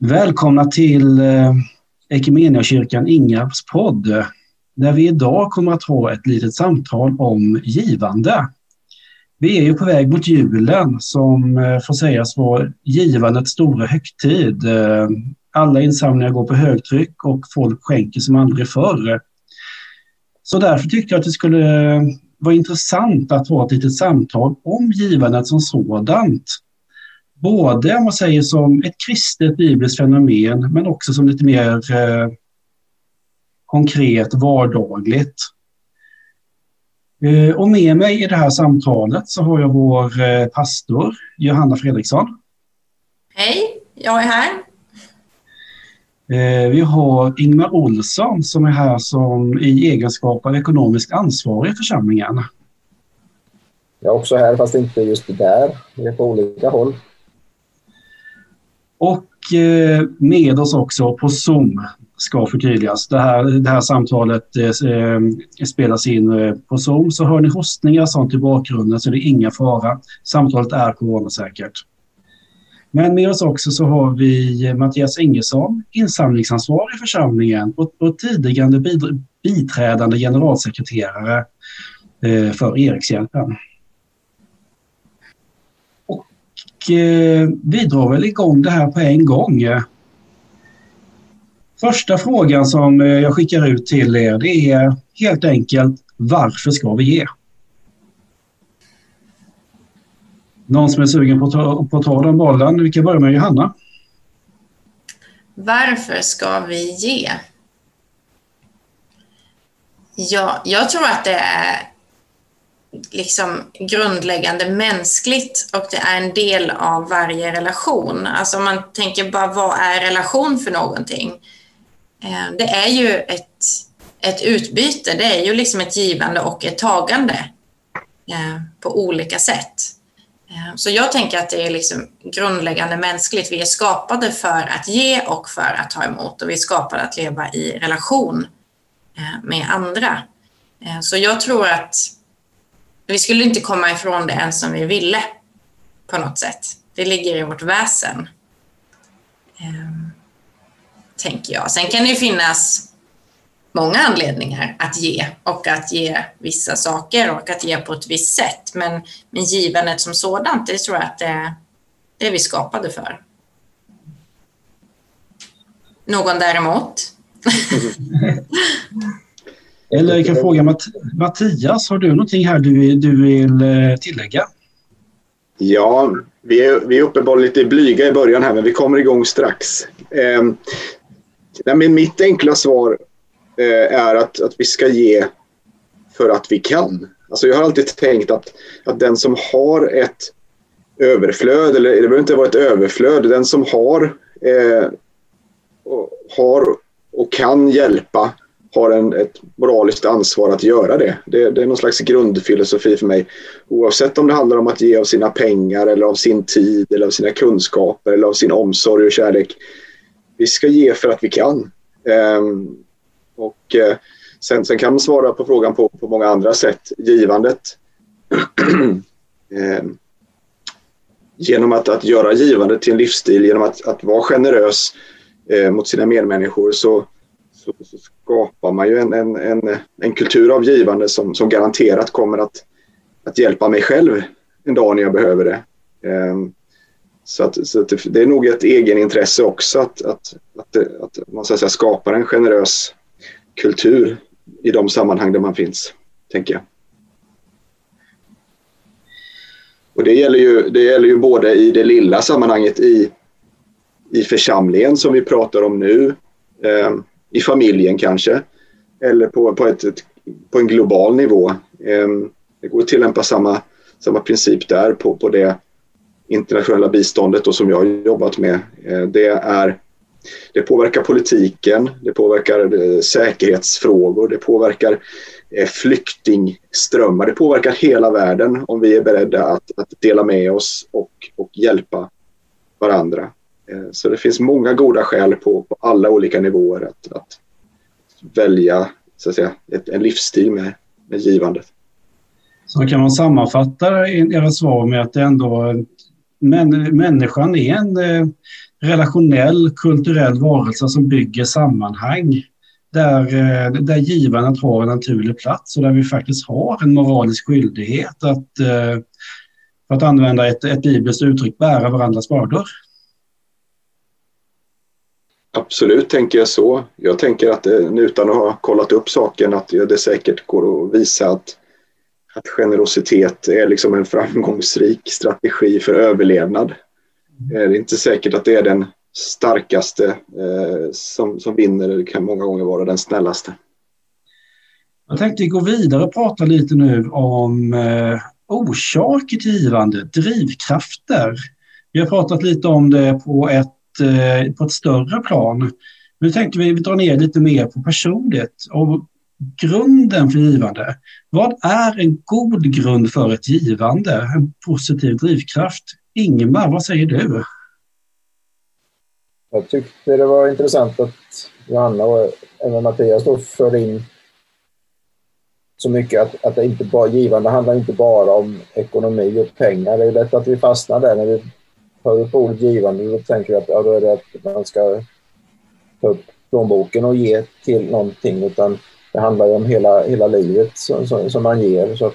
Välkomna till Equmeniakyrkan Ingarps podd, där vi idag kommer att ha ett litet samtal om givande. Vi är ju på väg mot julen som får sägas vara givandets stora högtid. Alla insamlingar går på högtryck och folk skänker som aldrig förr. Så därför tyckte jag att det skulle vara intressant att ha ett litet samtal om givandet som sådant. Både om man säger som ett kristet bibliskt fenomen, men också som lite mer konkret, vardagligt. Och med mig i det här samtalet så har jag vår pastor Johanna Fredriksson. Hej, jag är här. Vi har Ingmar Olsson som är här som i egenskap av ekonomiskt ansvarig i församlingen. Jag är också här, fast inte just där. Vi är på olika håll. Och med oss också på Zoom ska förtydligas. Det här samtalet spelas in på Zoom, så hör ni hostningar sånt i bakgrunden så det är inga fara. Samtalet är coronasäkert. Men med oss också så har vi Mattias Ingesson, insamlingsansvarig i församlingen och tidigare biträdande generalsekreterare för Erikshjälpen. Vi drar väl igång det här på en gång. Första frågan som jag skickar ut till er, det är helt enkelt: varför ska vi ge? Någon som är sugen på att ta den bollen? Vi kan börja med Johanna. Varför ska vi ge? Ja, jag tror att det är liksom grundläggande mänskligt och det är en del av varje relation. Alltså om man tänker bara, vad är relation för någonting? Det är ju ett utbyte, det är ju liksom ett givande och ett tagande på olika sätt. Så jag tänker att det är liksom grundläggande mänskligt. Vi är skapade för att ge och för att ta emot, och vi är skapade att leva i relation med andra. Så jag tror att vi skulle inte komma ifrån det ens som vi ville på något sätt. Det ligger i vårt väsen, tänker jag. Sen kan det ju finnas många anledningar att ge, och att ge vissa saker och att ge på ett visst sätt. Men givandet som sådant, det tror jag att det är vi skapade för. Någon däremot? Eller jag kan fråga Mattias, har du någonting här du vill tillägga? Ja, vi är uppenbarligen lite blyga i början här, men vi kommer igång strax. Men mitt enkla svar är att vi ska ge för att vi kan. Alltså jag har alltid tänkt att den som har ett överflöd, eller det behöver inte vara ett överflöd, den som har och kan hjälpa har ett moraliskt ansvar att göra det. Det är någon slags grundfilosofi för mig. Oavsett om det handlar om att ge av sina pengar eller av sin tid eller av sina kunskaper eller av sin omsorg och kärlek. Vi ska ge för att vi kan. Sen kan man svara på frågan på många andra sätt. Givandet. Genom att göra givandet till en livsstil, genom att vara generös mot sina medmänniskor, så skapar man ju en kultur av givande som garanterat kommer att hjälpa mig själv en dag när jag behöver det. Så det är nog ett egenintresse också att man så att säga skapar en generös kultur i de sammanhang där man finns, tänker jag. Och det gäller ju både i det lilla sammanhanget i församlingen som vi pratar om nu, i familjen kanske, eller på en global nivå. Det går att tillämpa samma princip där på det internationella biståndet och som jag har jobbat med. Det påverkar politiken, det påverkar säkerhetsfrågor, det påverkar flyktingströmmar, det påverkar hela världen om vi är beredda att dela med oss och hjälpa varandra. Så det finns många goda skäl på alla olika nivåer att välja, så att säga, en livsstil med givandet. Så kan man sammanfatta era svar med att det ändå människan är en relationell, kulturell varelse som bygger sammanhang där givandet har en naturlig plats och där vi faktiskt har en moralisk skyldighet att, för att använda ett bibliskt uttryck, bära varandras bördor. Absolut tänker jag så. Jag tänker att utan att ha kollat upp saken att det säkert går att visa att generositet är liksom en framgångsrik strategi för överlevnad. Det är inte säkert att det är den starkaste som vinner. Det kan många gånger vara den snällaste. Jag tänkte gå vidare och prata lite nu om orsaker till givande, drivkrafter. Vi har pratat lite om det på ett större plan. Nu tänkte vi dra ner lite mer på personligt och grunden för givande. Vad är en god grund för ett givande? En positiv drivkraft? Ingemar, vad säger du? Jag tyckte det var intressant att Johanna och även Mattias då för in så mycket att det inte bara givande handlar inte bara om ekonomi och pengar. Det är lätt att vi fastnar där när vi hör upp ordet givande. Då tänker vi att, då är det att man ska ta upp plånboken och ge till någonting, utan det handlar ju om hela livet som man ger. Så att,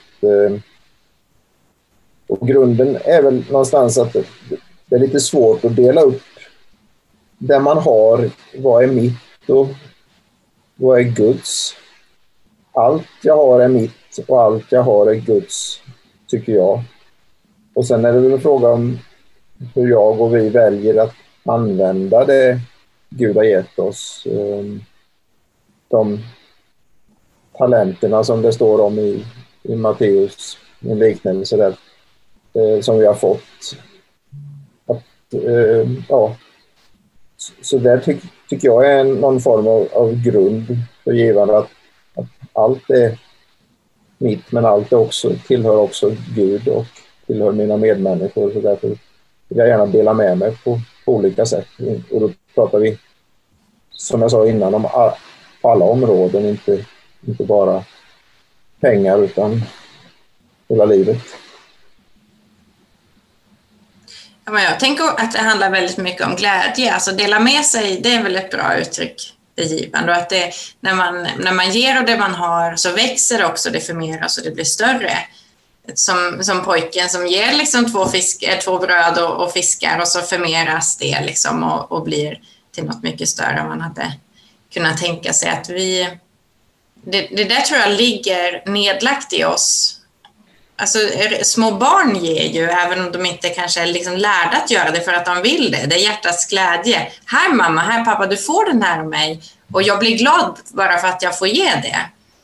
och grunden är väl någonstans att det är lite svårt att dela upp där man har, vad är mitt och vad är Guds. Allt jag har är mitt och allt jag har är Guds, tycker jag. Och sen är det väl en fråga om hur jag och vi väljer att använda det Gud har gett oss. De talenterna som det står om i Matteus, en liknelse där, som vi har fått. Så där tycker jag är någon form av grund för givande, att allt är mitt, men allt är tillhör också Gud och tillhör mina medmänniskor. Så därför vill jag gärna dela med mig på olika sätt. Och då pratar vi, som jag sa innan, om alla områden, inte bara pengar utan hela livet. Ja, men jag tänker att det handlar väldigt mycket om glädje. Alltså dela med sig, det är väl ett bra uttryck i givande. Och att det, när man ger och det man har, så växer det också, det förmeras och det blir större. Som pojken som ger liksom två bröd och fiskar, och så förmeras det liksom och blir till något mycket större än man hade kunnat tänka sig. Att det där tror jag ligger nedlagt i oss. Alltså små barn ger ju, även om de inte kanske är liksom lärda att göra det för att de vill det. Det är hjärtats glädje. Här mamma, här pappa, du får den här av mig. Och jag blir glad bara för att jag får ge det.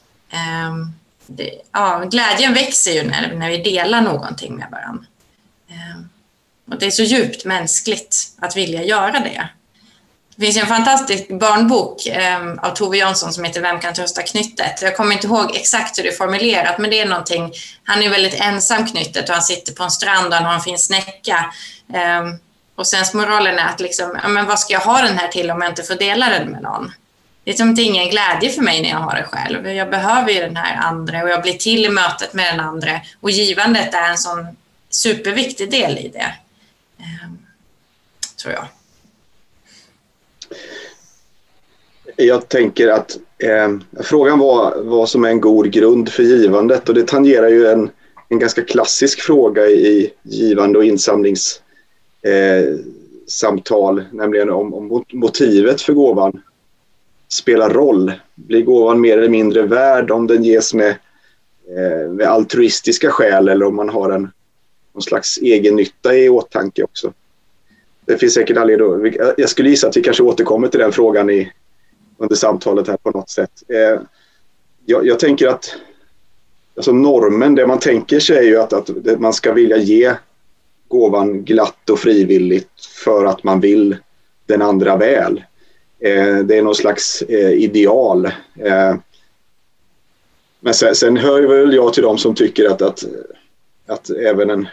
Glädjen växer ju när vi delar någonting med varandra. Och det är så djupt mänskligt att vilja göra det. Det finns en fantastisk barnbok av Tove Jansson som heter Vem kan trösta knyttet? Jag kommer inte ihåg exakt hur det är formulerat, men det är någonting. Han är väldigt ensam knyttet och han sitter på en strand och han har en fin snäcka. Och sen moralen är att liksom, men vad ska jag ha den här till om jag inte får dela den med någon? Det är som ingen glädje för mig när jag har det själv. Jag behöver ju den här andra och jag blir till i mötet med den andra. Och givandet är en sån superviktig del i det. Tror jag. Jag tänker att frågan var vad som är en god grund för givandet, och det tangerar ju en ganska klassisk fråga i givande och insamlingssamtal, nämligen om motivet för gåvan spelar roll. Blir gåvan mer eller mindre värd om den ges med altruistiska skäl, eller om man har någon slags egen nytta i åtanke också? Det finns säkert anledning. Jag skulle gissa att vi kanske återkommer till den frågan under samtalet här på något sätt. Jag tänker att alltså normen, det man tänker sig är ju att man ska vilja ge gåvan glatt och frivilligt för att man vill den andra väl. Det är någon slags ideal. Men sen hör väl jag till dem som tycker att även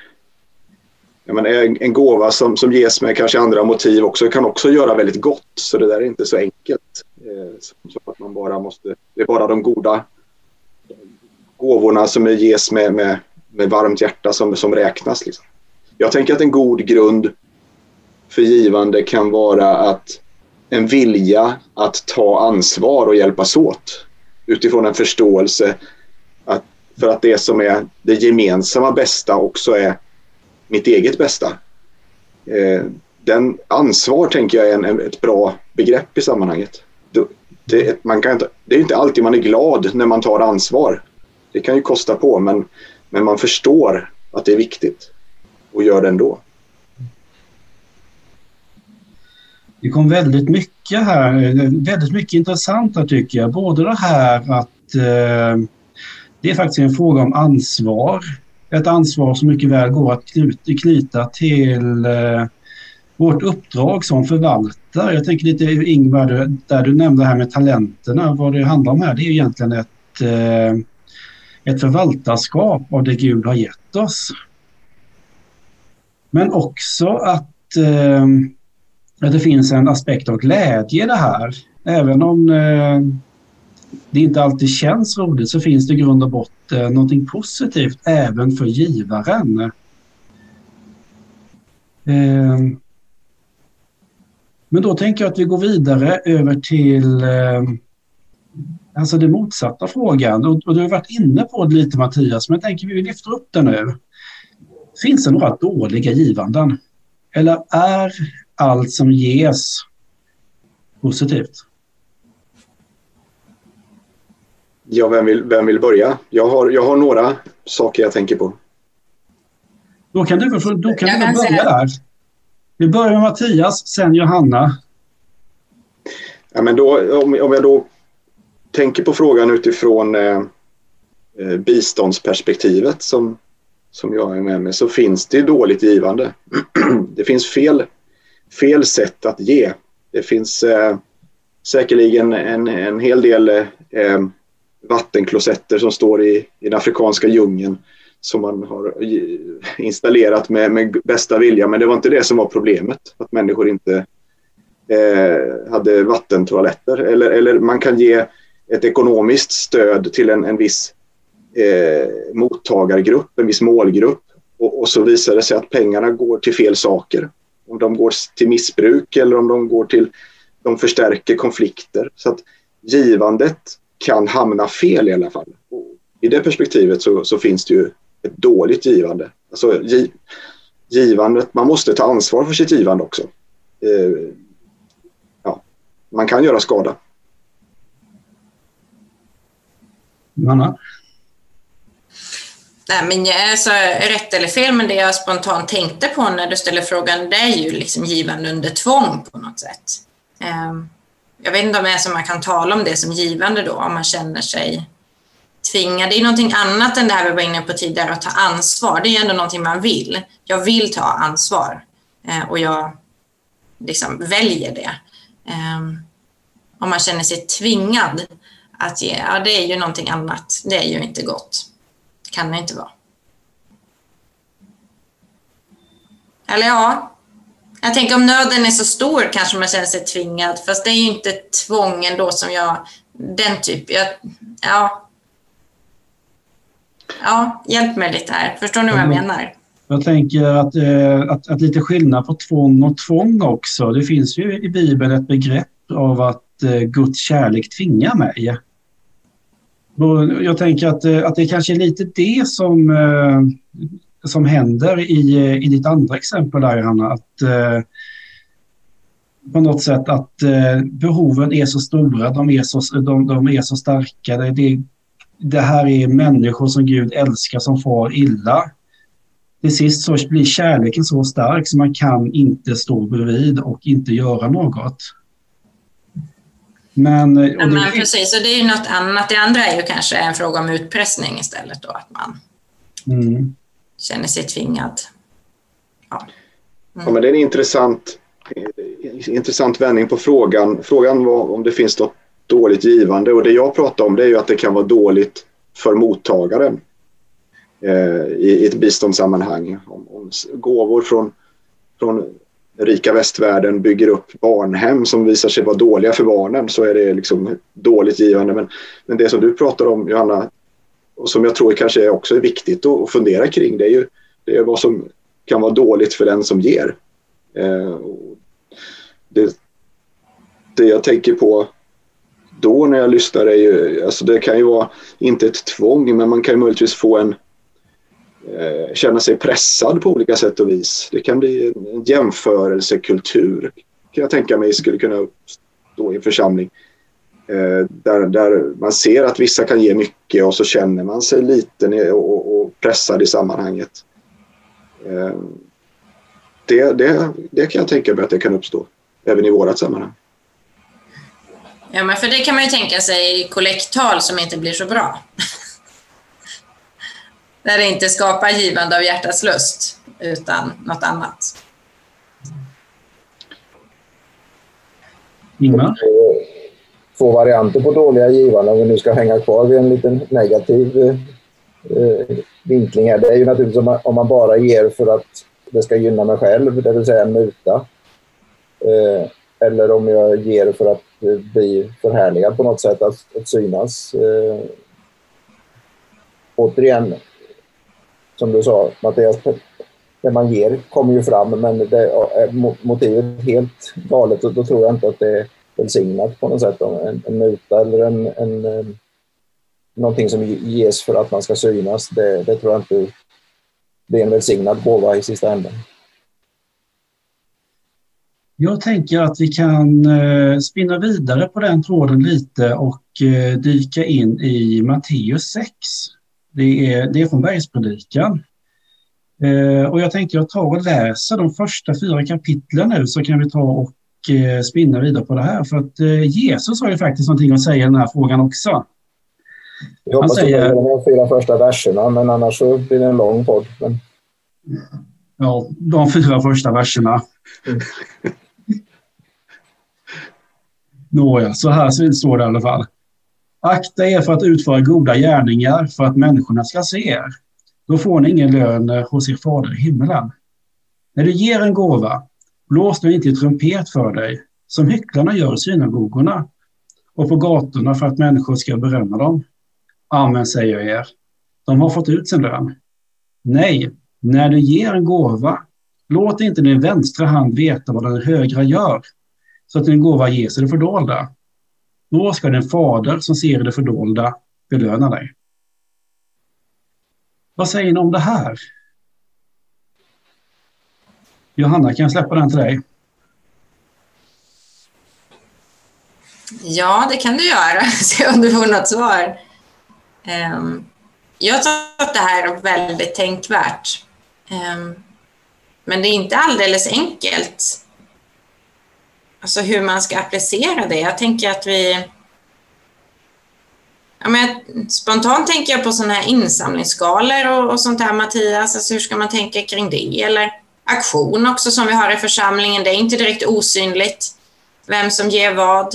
en gåva som ges med kanske andra motiv kan också göra väldigt gott. Så det där är inte så enkelt. Så att man det är bara de goda gåvorna som ges med varmt hjärta som räknas. Liksom. Jag tänker att en god grund för givande kan vara att en vilja att ta ansvar och hjälpas åt utifrån en förståelse för att det som är det gemensamma bästa också är mitt eget bästa. Den ansvar tänker jag är ett bra begrepp i sammanhanget. Det är inte alltid man är glad när man tar ansvar. Det kan ju kosta på, men man förstår att det är viktigt och gör det ändå. Det kom väldigt mycket här, väldigt mycket intressant här tycker jag. Både det här att det är faktiskt en fråga om ansvar. Ett ansvar som mycket väl går att knyta till vårt uppdrag som förvaltare. Jag tänker lite Ingvar, där du nämnde här med talenterna. Vad det handlar om här, det är egentligen ett förvaltarskap av det Gud har gett oss. Men också att det finns en aspekt av glädje i det här. Även om det inte alltid känns roligt så finns det i grund och botten någonting positivt även för givaren. Men då tänker jag att vi går vidare över till alltså den motsatta frågan. Och du har varit inne på det lite Mattias, men jag tänker vi lyfter upp det nu. Finns det några dåliga givanden? Eller är allt som ges positivt? Ja, vem vill börja? Jag har några saker jag tänker på. Då kan du börja där. Vi börjar med Mattias, sen Johanna. Ja, men om jag då tänker på frågan utifrån biståndsperspektivet som jag är med så finns det dåligt givande. Det finns fel sätt att ge. Det finns säkerligen en hel del vattenklosetter som står i den afrikanska djungeln som man har installerat med bästa vilja, men det var inte det som var problemet, att människor inte hade vattentoaletter. Eller man kan ge ett ekonomiskt stöd till en viss mottagargrupp, en viss målgrupp, och så visar det sig att pengarna går till fel saker. Om de går till missbruk eller om de förstärker konflikter. Så att givandet kan hamna fel i alla fall. Och i det perspektivet så finns det ju ett dåligt givande. Alltså givandet, man måste ta ansvar för sitt givande också. Man kan göra skada. Johanna? Nej, men alltså, rätt eller fel, men det jag spontant tänkte på när du ställer frågan, det är ju liksom givande under tvång på något sätt. Jag vet inte om man kan tala om det som givande då, om man känner sig tvingad. Det är någonting annat än det här vi var inne på tidigare, att ta ansvar. Det är ändå någonting man vill. Jag vill ta ansvar och jag liksom väljer det. Om man känner sig tvingad att ge, ja, det är ju någonting annat. Det är ju inte gott. Kan det inte vara. Eller ja, jag tänker om nöden är så stor kanske man känner sig tvingad. Fast det är ju inte tvång ändå som den typ. Ja, hjälp mig lite här. Förstår ni vad jag menar? Jag tänker att lite skillnad på tvång och tvång också. Det finns ju i Bibeln ett begrepp av att Guds kärlek tvingar mig. Jag tänker att det kanske är lite det som händer i ditt andra exempel där, Johanna. Att på något sätt att behoven är så stora, de är så starka. Det här är människor som Gud älskar som far illa. Till sist så blir kärleken så stark så man kan inte stå bredvid och inte göra något. Men precis, och det är ju något annat. Det andra är ju kanske en fråga om utpressning istället då, att man känner sig tvingad. Ja, men det är en intressant vändning på frågan. Frågan var om det finns något dåligt givande, och det jag pratar om det är ju att det kan vara dåligt för mottagaren i ett biståndssammanhang. Om gåvor från rika västvärlden bygger upp barnhem som visar sig vara dåliga för barnen, så är det liksom ett dåligt givande. Men det som du pratar om, Johanna, och som jag tror kanske också är viktigt att fundera kring, det är vad som kan vara dåligt för den som ger. Det jag tänker på då när jag lyssnar är ju, alltså det kan ju vara inte ett tvång, men man kan ju möjligtvis få känna sig pressad på olika sätt och vis. Det kan bli en jämförelsekultur, kan jag tänka mig skulle kunna uppstå i en församling. Där man ser att vissa kan ge mycket och så känner man sig liten och pressad i sammanhanget. Det kan jag tänka mig att det kan uppstå även i vårat sammanhang. Ja, men för det kan man ju tänka sig kollekttal som inte blir så bra. Där det inte skapar givande av hjärtats lust utan något annat. Ingmar? Två varianter på dåliga givande, om vi nu ska hänga kvar vid en liten negativ vinkling här. Det är ju naturligtvis om man bara ger för att det ska gynna mig själv, det vill säga muta. Eller om jag ger för att bli förhärligad på något sätt, att synas. Återigen, som du sa, Mattias, det man ger kommer ju fram, men det är motivet helt galet, och då tror jag inte att det är välsignat på något sätt. En muta eller någonting som ges för att man ska synas, det tror jag inte det är en välsignad gåva i sista änden. Jag tänker att vi kan spinna vidare på den tråden lite och dyka in i Matteus 6. Det är från Bergspredikan. Och jag tänkte jag tar och läser de första 4 kapitlen nu, så kan vi ta och spinna vidare på det här. För att Jesus har ju faktiskt någonting att säga i den här frågan också. Jag hoppas att det är de 4 första verserna, men annars så blir det en lång podd. Men... Ja, de 4 första verserna. Nåja, så här står det i alla fall. Akta er för att utföra goda gärningar för att människorna ska se er. Då får ni ingen lön hos er fader i himmelen. När du ger en gåva, blås nu inte i trumpet för dig, som hycklarna gör i synagogorna och på gatorna för att människor ska berömma dem. Amen, säger jag er. De har fått ut sin lön. Nej, när du ger en gåva, låt inte din vänstra hand veta vad den högra gör, så att din gåva ges i det fördolda. Då ska din fader som ser det fördolda belöna dig. Vad säger ni om det här? Johanna, kan jag släppa den till dig? Ja, det kan du göra. Se om du får något svar. Jag tror att det här är väldigt tänkvärt. Men det är inte alldeles enkelt. Alltså hur man ska applicera det. Jag tänker att spontant tänker jag på sådana här insamlingsskalor och sånt här, Mattias. Alltså hur ska man tänka kring det? Eller aktion också som vi har i församlingen. Det är inte direkt osynligt vem som ger vad.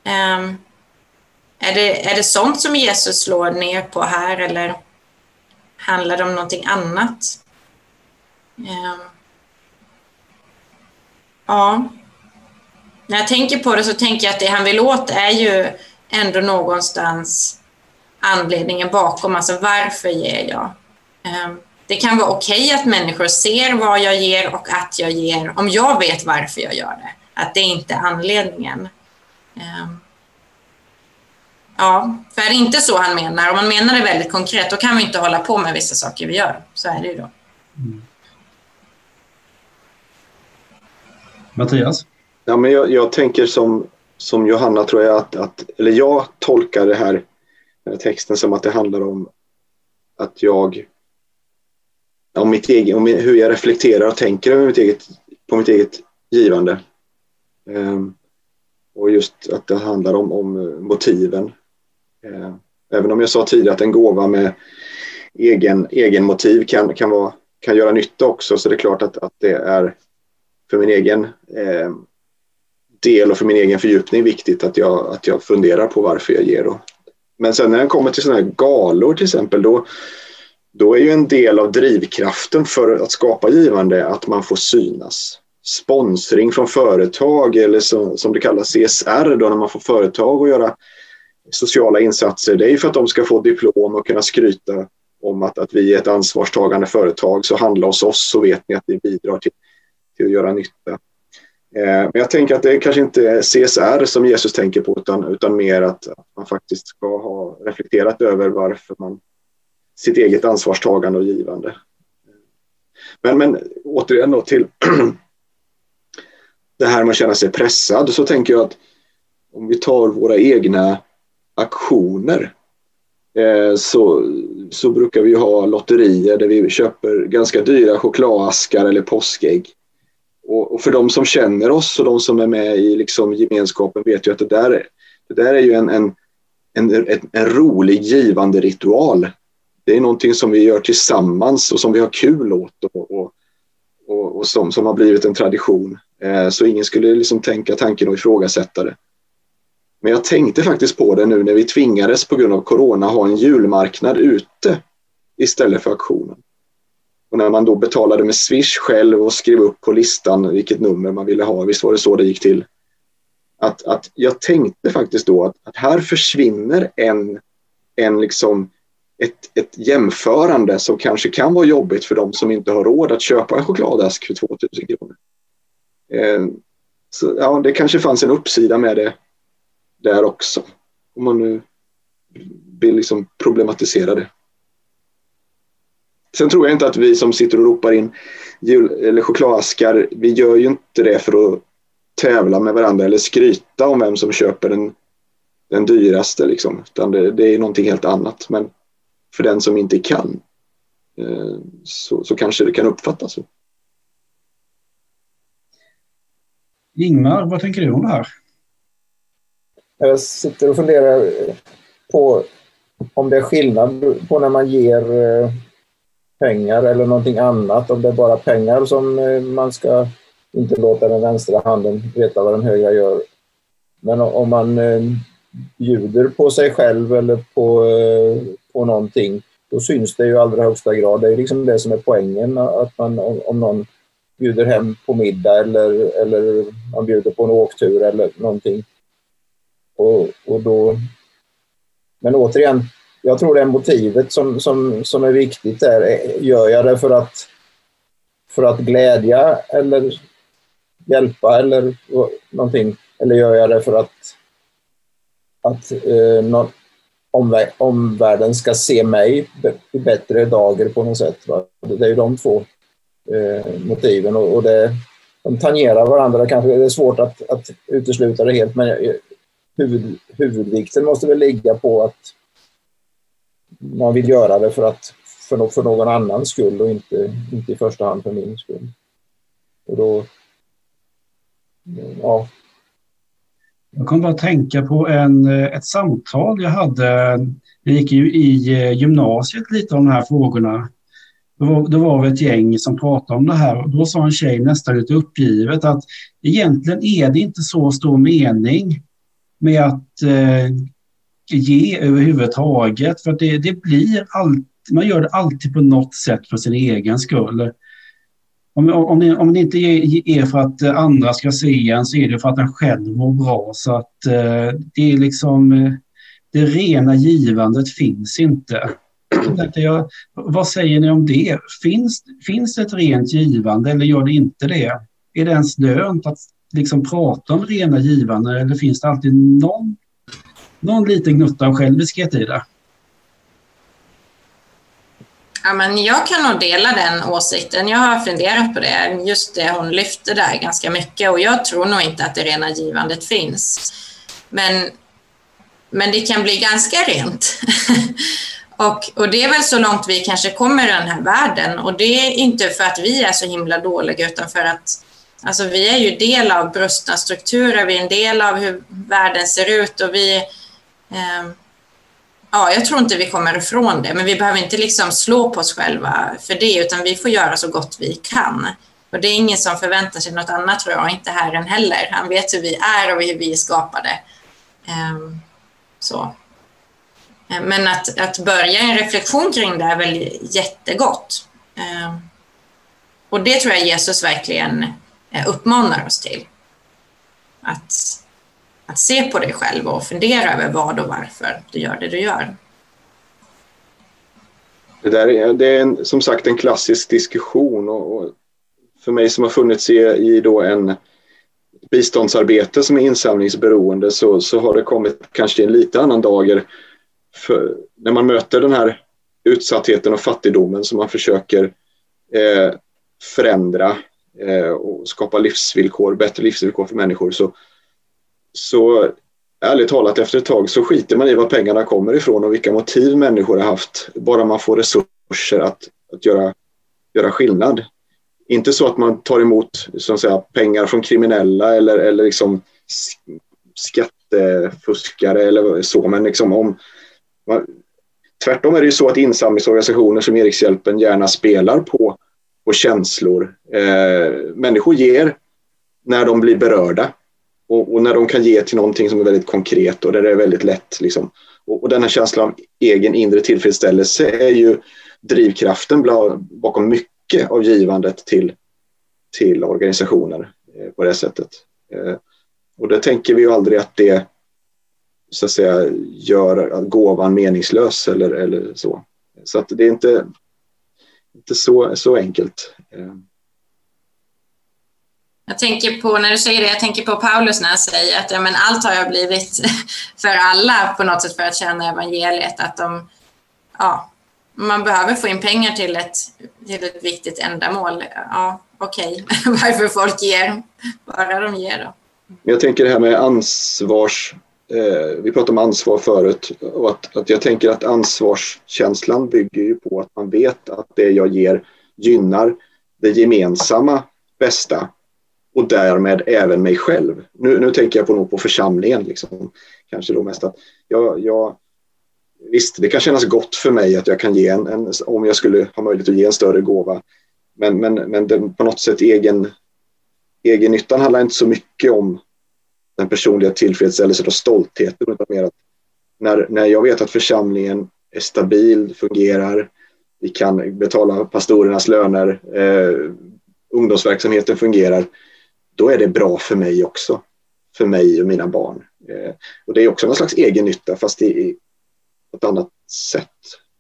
Är det sånt som Jesus slår ner på här, eller handlar det om någonting annat? Ja. När jag tänker på det så tänker jag att det han vill åt är ju ändå någonstans anledningen bakom. Alltså varför ger jag? Det kan vara okej att människor ser vad jag ger och att jag ger, om jag vet varför jag gör det. Att det inte är anledningen. Ja, för är det inte så han menar, om man menar det väldigt konkret, då kan vi inte hålla på med vissa saker vi gör. Så är det ju då. Mattias? Ja, men jag tänker som Johanna, tror jag eller jag tolkar den här texten som att det handlar om att hur jag reflekterar och tänker över på mitt eget givande. Och just att det handlar om motiven. Även om jag sa tidigare att en gåva med egen motiv kan göra nytta också, så det är klart att det är för min egen del och för min egen fördjupning viktigt att jag funderar på varför jag ger. Men sen när jag kommer till sådana här galor till exempel, då är ju en del av drivkraften för att skapa givande att man får synas. Sponsring från företag, eller som det kallas CSR då, när man får företag att göra sociala insatser, det är ju för att de ska få diplom och kunna skryta om att vi är ett ansvarstagande företag, så handla hos oss, så vet ni att vi bidrar till att göra nytta. Men jag tänker att det kanske inte är CSR som Jesus tänker på, utan mer att man faktiskt ska ha reflekterat över varför man sitt eget ansvarstagande och givande. Men återigen då till det här med att känna sig pressad, så tänker jag att om vi tar våra egna aktioner, så brukar vi ha lotterier där vi köper ganska dyra chokladaskar eller påskägg. Och för de som känner oss och de som är med i liksom gemenskapen vet ju att det där är ju en rolig givande ritual. Det är någonting som vi gör tillsammans och som vi har kul åt och som har blivit en tradition. Så ingen skulle liksom tänka tanken och ifrågasätta det. Men jag tänkte faktiskt på det nu när vi tvingades på grund av corona ha en julmarknad ute istället för auktionen. Och när man då betalade med Swish själv och skrev upp på listan vilket nummer man ville ha, visst var det så det gick till. Att jag tänkte faktiskt då att här försvinner en liksom ett jämförande som kanske kan vara jobbigt för de som inte har råd att köpa en chokladask för 2000 kronor. Så ja, det kanske fanns en uppsida med det där också, om man nu vill liksom problematisera det. Sen tror jag inte att vi som sitter och ropar in eller chokladaskar, vi gör ju inte det för att tävla med varandra eller skryta om vem som köper den dyraste liksom, utan det är någonting helt annat. Men för den som inte kan, så kanske det kan uppfattas så. Ingmar, vad tänker du om det här? Jag sitter och funderar på om det är skillnad på när man ger pengar eller någonting annat. Om det är bara pengar som man ska inte låta den vänstra handen veta vad den högra gör. Men om man bjuder på sig själv eller på någonting, då syns det ju i allra högsta grad. Det är liksom det som är poängen, att man, om någon bjuder hem på middag eller man bjuder på en åktur eller någonting. Och då, men återigen, jag tror det är motivet som är viktigt där. Gör jag det för att glädja eller hjälpa eller någonting, eller gör jag det för att omvärlden ska se mig i bättre dagar på något sätt. Va? Det är ju de två motiven, och de tangerar varandra. Kanske det är svårt att utesluta det helt, men huvudvikten måste väl ligga på att man vill göra det för någon annans skull och inte i första hand för min skull. Och då, ja. Jag kommer att tänka på ett samtal jag hade. Jag gick ju i gymnasiet lite om de här frågorna. Då var vi ett gäng som pratade om det här, och då sa en tjej nästan lite uppgivet att egentligen är det inte så stor mening med att ge överhuvudtaget, för att det blir man gör det alltid på något sätt för sin egen skull. Om det inte är för att andra ska se en, så är det för att en själv mår bra. Så att det är liksom det rena givandet finns inte. Vad säger ni om det? Finns det ett rent givande eller gör det inte det? Är det ens lönt att liksom prata om rena givande, eller finns det alltid någon liten gnutta av själviskhet i det? Ja, men jag kan nog dela den åsikten. Jag har funderat på det. Just det hon lyfte där ganska mycket. Och jag tror nog inte att det rena givandet finns. Men det kan bli ganska rent. och det är väl så långt vi kanske kommer i den här världen. Och det är inte för att vi är så himla dåliga, utan för att alltså, vi är ju del av brustna strukturer. Vi är en del av hur världen ser ut. Och jag tror inte vi kommer ifrån det, men vi behöver inte liksom slå på oss själva för det, utan vi får göra så gott vi kan. Och det är ingen som förväntar sig något annat, tror jag, inte Herren heller. Han vet hur vi är och hur vi är skapade. Så. Men att börja en reflektion kring det är väl jättegott. Och det tror jag Jesus verkligen uppmanar oss till. Att se på dig själv och fundera över vad och varför du gör det du gör. Det är som sagt en klassisk diskussion och för mig som har funnits i då en biståndsarbete som är insamlingsberoende så har det kommit kanske en lite annan dager för när man möter den här utsattheten och fattigdomen som man försöker förändra och skapa bättre livsvillkor för människor så ärligt talat efter ett tag så skiter man i var pengarna kommer ifrån och vilka motiv människor har haft, bara man får resurser att göra skillnad. Inte så att man tar emot så att säga, pengar från kriminella eller liksom skattefuskare eller så, men liksom tvärtom är det ju så att insamlingsorganisationer som Erikshjälpen gärna spelar på känslor. Människor ger när de blir berörda och när de kan ge till någonting som är väldigt konkret och där det är väldigt lätt liksom. Och den här känslan av egen inre tillfredsställelse är ju drivkraften bakom mycket av givandet till organisationer på det sättet. Och det tänker vi ju aldrig att det så att säga gör gåvan meningslös eller så. Så att det är inte så enkelt. Jag tänker på, när du säger det, jag tänker på Paulus när han säger att men allt har jag blivit för alla på något sätt för att tjäna evangeliet. Att man behöver få in pengar till ett viktigt ändamål. Ja, okej. Varför folk ger, bara de ger då. Jag tänker det här med vi pratade om ansvar förut och att jag tänker att ansvarskänslan bygger ju på att man vet att det jag ger gynnar det gemensamma bästa och därmed även mig själv. Nu tänker jag på församlingen liksom. Kanske då mest att visst, det kan kännas gott för mig att jag kan ge om jag skulle ha möjlighet att ge en större gåva. Men det, på något sätt egennyttan handlar inte så mycket om den personliga tillfredsställelsen och stoltheten, utan mer att när jag vet att församlingen är stabil, fungerar, vi kan betala pastorernas löner, ungdomsverksamheten fungerar, då är det bra för mig också. För mig och mina barn. Och det är också någon slags egennytta fast i ett annat sätt.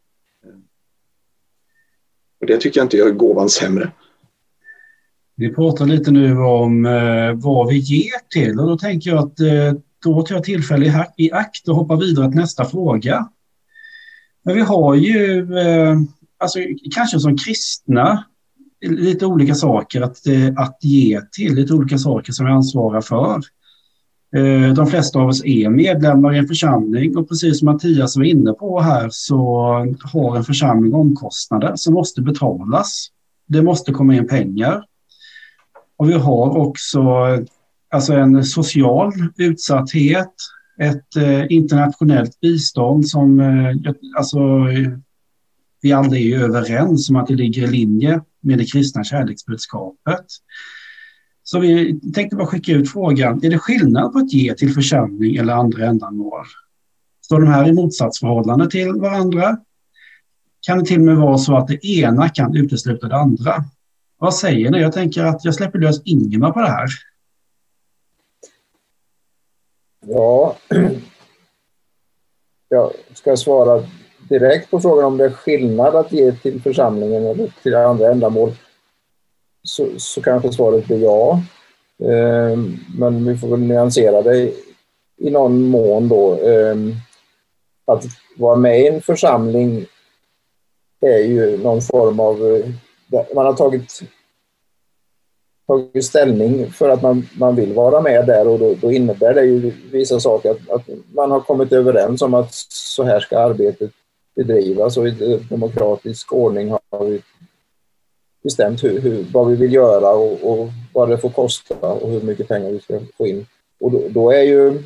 Och det tycker jag inte gör gåvan sämre. Vi pratar lite nu om vad vi ger till och då tänker jag att då tar jag tillfälle i akt och hoppar vidare till nästa fråga. Men vi har ju kanske som kristna lite olika saker att ge till, lite olika saker som vi ansvarar för. De flesta av oss är medlemmar i en församling och precis som Mattias var inne på här så har en församling omkostnader som måste betalas. Det måste komma in pengar. Och vi har också en social utsatthet, ett internationellt bistånd som vi alla är ju överens om att det ligger i linje med det kristna kärleksbudskapet. Så vi tänkte bara skicka ut frågan, är det skillnad på att ge till församling eller andra ändamål? Står de här i motsatsförhållande till varandra? Kan det till och med vara så att det ena kan utesluta det andra? Vad säger ni? Jag tänker att jag släpper lös Ingemar på det här. Ja, jag ska svara direkt på frågan om det är skillnad att ge till församlingen eller till andra ändamål. Så kanske svaret blir ja. Men vi får väl nyansera det i någon mån då. Att vara med i en församling är ju någon form av... Man har tagit ställning för att man vill vara med där och då innebär det ju vissa saker att man har kommit överens om att så här ska arbetet bedrivas och i demokratisk ordning har vi bestämt vad vi vill göra och vad det får kosta och hur mycket pengar vi ska få in. Och då är ju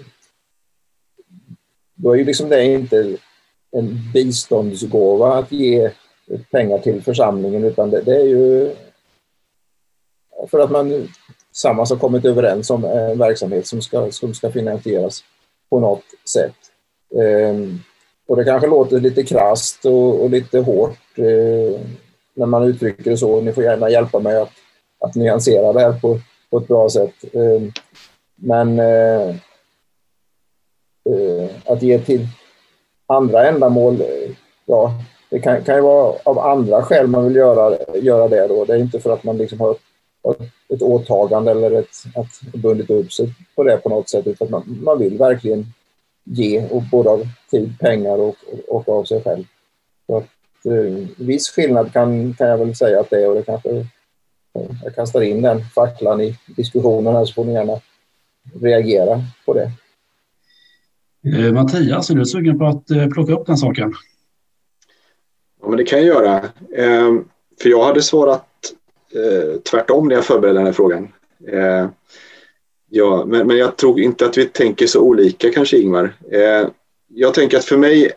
liksom det inte en biståndsgåva att ge pengar till församlingen utan det är ju för att man tillsammans har kommit överens om en verksamhet som ska finansieras på något sätt. Och det kanske låter lite krasst och lite hårt när man uttrycker det så. Ni får gärna hjälpa mig att nyansera det här på ett bra sätt. Men att ge till andra ändamål, ja, Det kan ju vara av andra skäl man vill göra det då. Det är inte för att man liksom har ett åtagande eller att bundit upp sig på det på något sätt, utan att man vill verkligen ge, och både av tid, pengar och av sig själv. Så att, viss skillnad kan jag väl säga att det är, och det kanske jag kastar in den facklan i diskussionen här, så får ni gärna reagera på det. Mattias, är du sugen på att plocka upp den saken? Ja, men det kan jag göra. För jag hade svarat tvärtom när jag förberedde den här frågan. Ja, men jag tror inte att vi tänker så olika kanske, Ingmar. Jag tänker att för mig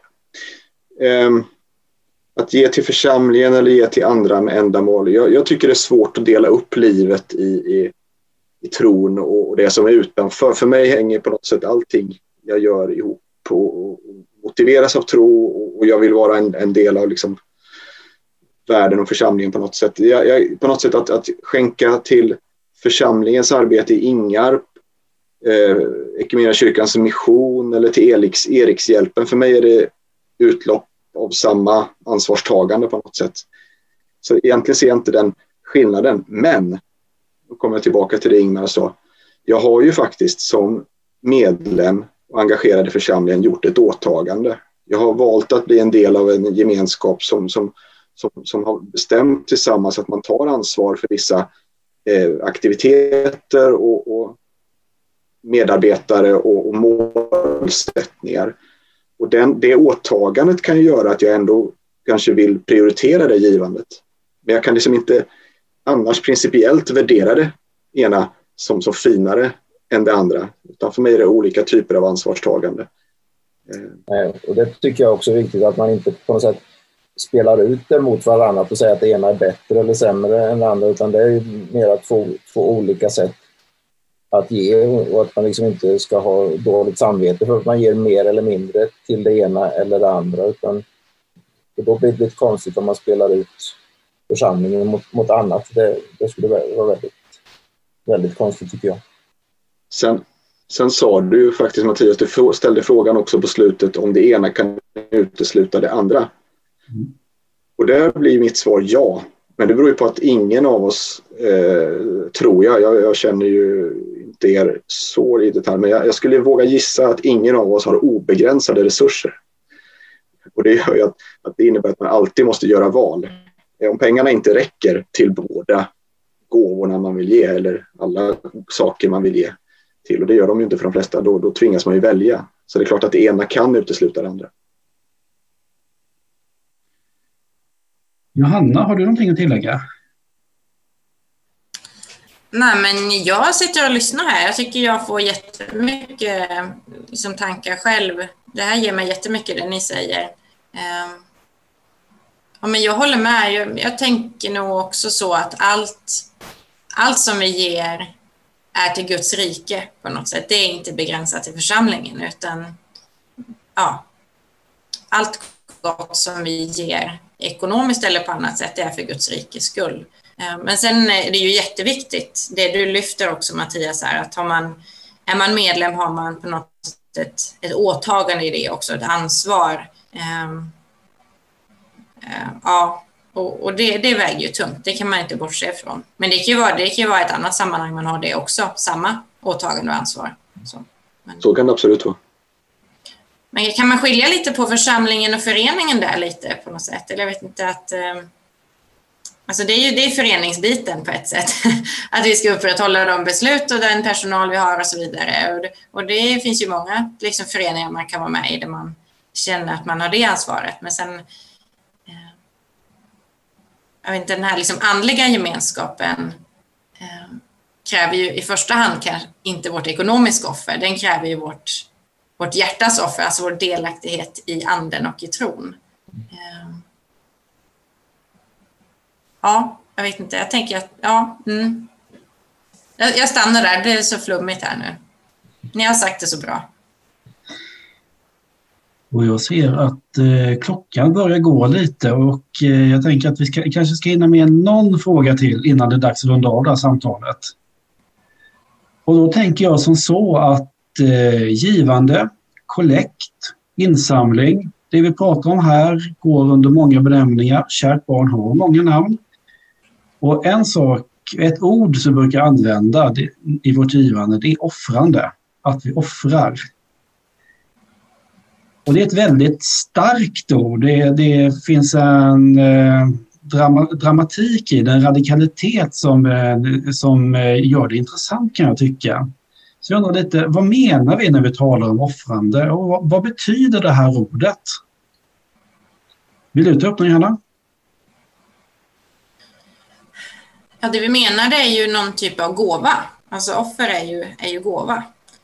att ge till församlingen eller ge till andra med ändamål. Jag tycker det är svårt att dela upp livet i tron och det som är utanför. För mig hänger på något sätt allting jag gör ihop och motiveras av tro, och jag vill vara en del av liksom världen och församlingen på något sätt. På något sätt att skänka till församlingens arbete i Ingarp, Equmeniakyrkans mission eller till Erikshjälpen. För mig är det utlopp av samma ansvarstagande på något sätt. Så egentligen ser jag inte den skillnaden. Men, då kommer jag tillbaka till det Ingmar sa. Jag har ju faktiskt som medlem och engagerad i församlingen gjort ett åtagande. Jag har valt att bli en del av en gemenskap som har bestämt tillsammans att man tar ansvar för vissa aktiviteter och medarbetare och målsättningar. Och det åtagandet kan ju göra att jag ändå kanske vill prioritera det givandet. Men jag kan liksom inte annars principiellt värdera det ena som så finare än det andra. Utan för mig är det olika typer av ansvarstagande. Och det tycker jag också är viktigt, att man inte på något sätt spelar ut det mot varandra och säger att det ena är bättre eller sämre än det andra, utan det är ju mer att två olika sätt att ge, och att man liksom inte ska ha dåligt samvete för att man ger mer eller mindre till det ena eller det andra, utan då blir det lite konstigt om man spelar ut församlingen mot annat. Det skulle vara väldigt, väldigt konstigt tycker jag. Sen sa du ju faktiskt, Mattias, du ställde frågan också på slutet om det ena kan utesluta det andra. Och där blir mitt svar ja. Men det beror ju på att ingen av oss, tror jag känner ju inte er så i detalj, men jag skulle våga gissa att ingen av oss har obegränsade resurser. Och det gör ju att det innebär att man alltid måste göra val. Om pengarna inte räcker till båda gåvorna man vill ge eller alla saker man vill ge till, och det gör de ju inte för de flesta, då tvingas man ju välja. Så det är klart att det ena kan utesluta det andra. Johanna, har du någonting att tillägga? Nej, men jag sitter och lyssnar här. Jag tycker jag får jättemycket liksom, tankar själv. Det här ger mig jättemycket det ni säger. Ja, men jag håller med. Jag tänker nog också så att allt som vi ger är till Guds rike på något sätt. Det är inte begränsat till församlingen, utan ja, allt gott som vi ger ekonomiskt eller på annat sätt, det är för Guds rikes skull. Men sen är det ju jätteviktigt, det du lyfter också Mattias här, att är man medlem har man på något sätt ett åtagande i det också, ett ansvar. Ja, och det väger ju tungt, det kan man inte bortse ifrån. Men det kan ju vara ett annat sammanhang man har det också, samma åtagande och ansvar. Så kan det absolut vara. Men kan man skilja lite på församlingen och föreningen där lite på något sätt? Eller jag vet inte att... Alltså det är föreningsbiten på ett sätt. Att vi ska upprätthålla de beslut och den personal vi har och så vidare. Och det finns ju många liksom, föreningar man kan vara med i där man känner att man har det ansvaret. Men sen... Jag vet inte, den här liksom andliga gemenskapen kräver ju i första hand kanske inte vårt ekonomiska offer. Den kräver ju vårt hjärtas offer, alltså vår delaktighet i anden och i tron. Ja, jag vet inte. Jag tänker att, ja. Jag stannar där, det blir så flummigt här nu. Ni har sagt det så bra. Och jag ser att klockan börjar gå lite och jag tänker att vi kanske ska hinna med någon fråga till innan det är dags att runda av det här samtalet. Och då tänker jag som så att givande, kollekt, insamling, Det vi pratar om här går under många benämningar. Kärt barn har många namn. Och ett ord som vi brukar använda i vårt givande, det är offrande. Att vi offrar. Och det är ett väldigt starkt ord. Det finns en dramatik i det, en radikalitet som gör det intressant, kan jag tycka. Så jag undrar lite, vad menar vi när vi talar om offrande? Och vad betyder det här ordet? Vill du ta upp den, Johanna? Ja, det vi menar det är ju någon typ av gåva. Alltså offer är ju gåva.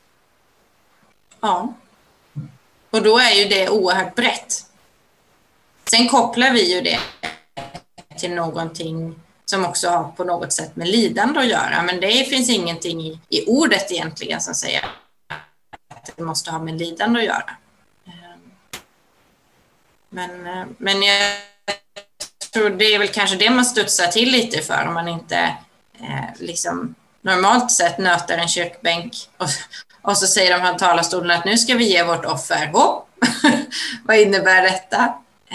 Ja. Och då är ju det oerhört brett. Sen kopplar vi ju det till någonting som också har på något sätt med lidande att göra. Men det finns ingenting i ordet egentligen som säger att det måste ha med lidande att göra. Men jag tror det är väl kanske det man studsar till lite för om man inte liksom normalt sett nöter en kyrkbänk och så säger de här talarstolen att nu ska vi ge vårt offer. Vad innebär detta?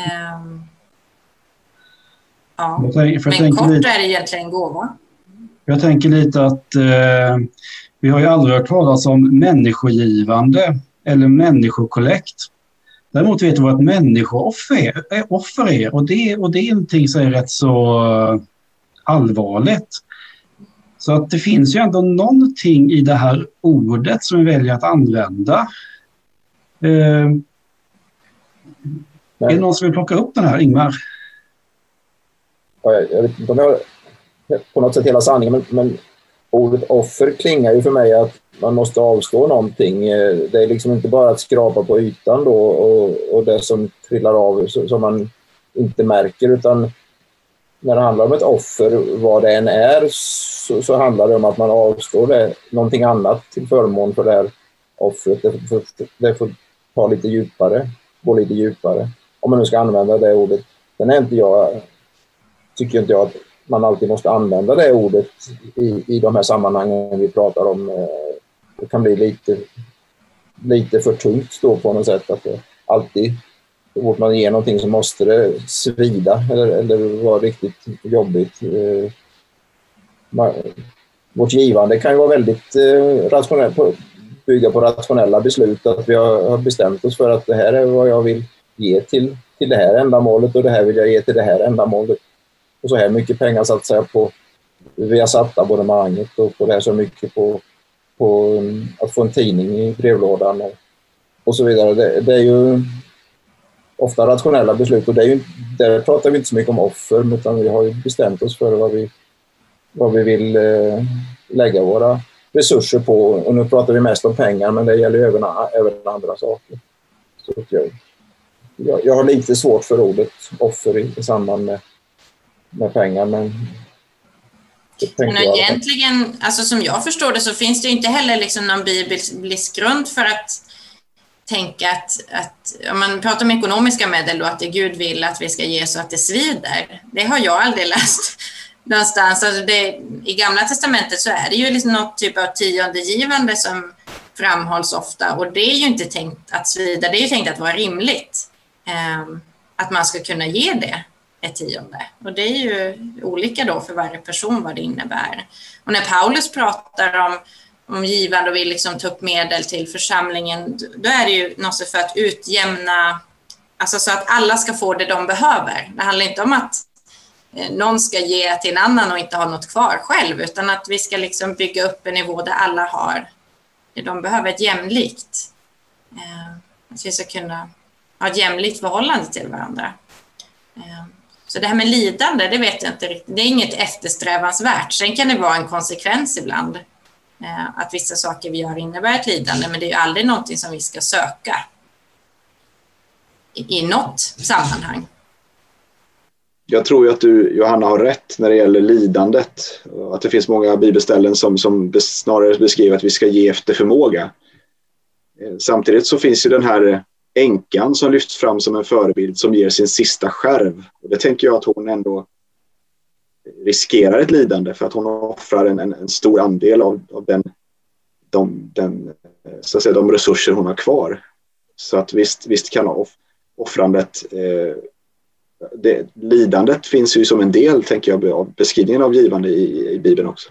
Ja. Men kort är det egentligen gåva. Jag tänker lite att vi har ju aldrig hört talas om människogivande eller människokollekt. Däremot vet vi vad ett människooffer är och det är någonting som är rätt så allvarligt. Så att det finns ju ändå någonting i det här ordet som vi väljer att använda. Är det någon som vill plocka upp den här, Ingmar? Jag vet inte om jag på något sätt hela sanningen, men ordet offer klingar ju för mig att man måste avstå någonting. Det är liksom inte bara att skrapa på ytan då och det som trillar av som man inte märker, utan när det handlar om ett offer, vad det än är, så handlar det om att man avstår någonting annat till förmån för det här offret. Det får ta lite djupare, gå lite djupare. Om man nu ska använda det ordet. Sen tycker inte jag att man alltid måste använda det ordet i de här sammanhangen vi pratar om. Det kan bli lite för tungt då på något sätt, att det alltid så fort man ger någonting så måste det svida eller vara riktigt jobbigt. Vårt givande kan ju vara väldigt rationellt, bygga på rationella beslut, att vi har bestämt oss för att det här är vad jag vill ge till det här ändamålet och det här vill jag ge till det här ändamålet. Och så här mycket pengar satsar jag på via satt abonnemanget och på det här så mycket på att få en tidning i brevlådan och så vidare. Det är ju ofta rationella beslut och där pratar vi inte så mycket om offer, utan vi har ju bestämt oss för vad vi vill lägga våra resurser på. Och nu pratar vi mest om pengar, men det gäller även andra saker. Så jag har lite svårt för ordet offer i samband med pengar, men egentligen, alltså som jag förstår det, så finns det ju inte heller liksom någon biblisk grund för att tänka att om man pratar om ekonomiska medel då, att det Gud vill att vi ska ge så att det svider. Det har jag aldrig läst någonstans. Alltså i Gamla testamentet så är det ju liksom något typ av tiondegivande som framhålls ofta, och det är ju inte tänkt att svida, det är ju tänkt att vara rimligt. Att man ska kunna ge det ett tionde. Och det är ju olika då för varje person vad det innebär. Och när Paulus pratar om givande och vill liksom ta upp medel till församlingen, då är det ju något för att utjämna, alltså så att alla ska få det de behöver. Det handlar inte om att någon ska ge till en annan och inte ha något kvar själv, utan att vi ska liksom bygga upp en nivå där alla har det de behöver, ett jämlikt. Att vi ska kunna ha ett jämlikt förhållande till varandra. Så det här med lidande, det vet jag inte riktigt. Det är inget eftersträvansvärt. Sen kan det vara en konsekvens ibland. Att vissa saker vi gör innebär ett lidande, men det är ju aldrig någonting som vi ska söka i något sammanhang. Jag tror ju att du, Johanna, har rätt när det gäller lidandet. Att det finns många bibelställen som snarare beskriver att vi ska ge efter förmåga. Samtidigt så finns ju den här änkan som lyfts fram som en förebild som ger sin sista skärv. Och det tänker jag att hon ändå riskerar ett lidande, för att hon offrar en stor andel av de resurser hon har kvar. Så att visst kan offrandet. Lidandet finns ju som en del, tänker jag, av beskrivningen av givande i Bibeln också.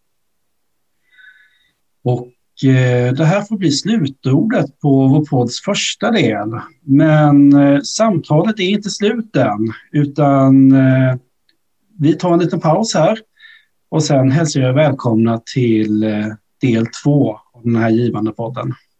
Och det här får bli slutordet på vår podds första del. Men samtalet är inte slut än, utan vi tar en liten paus här och sen hälsar jag välkomna till del 2 av den här givande podden.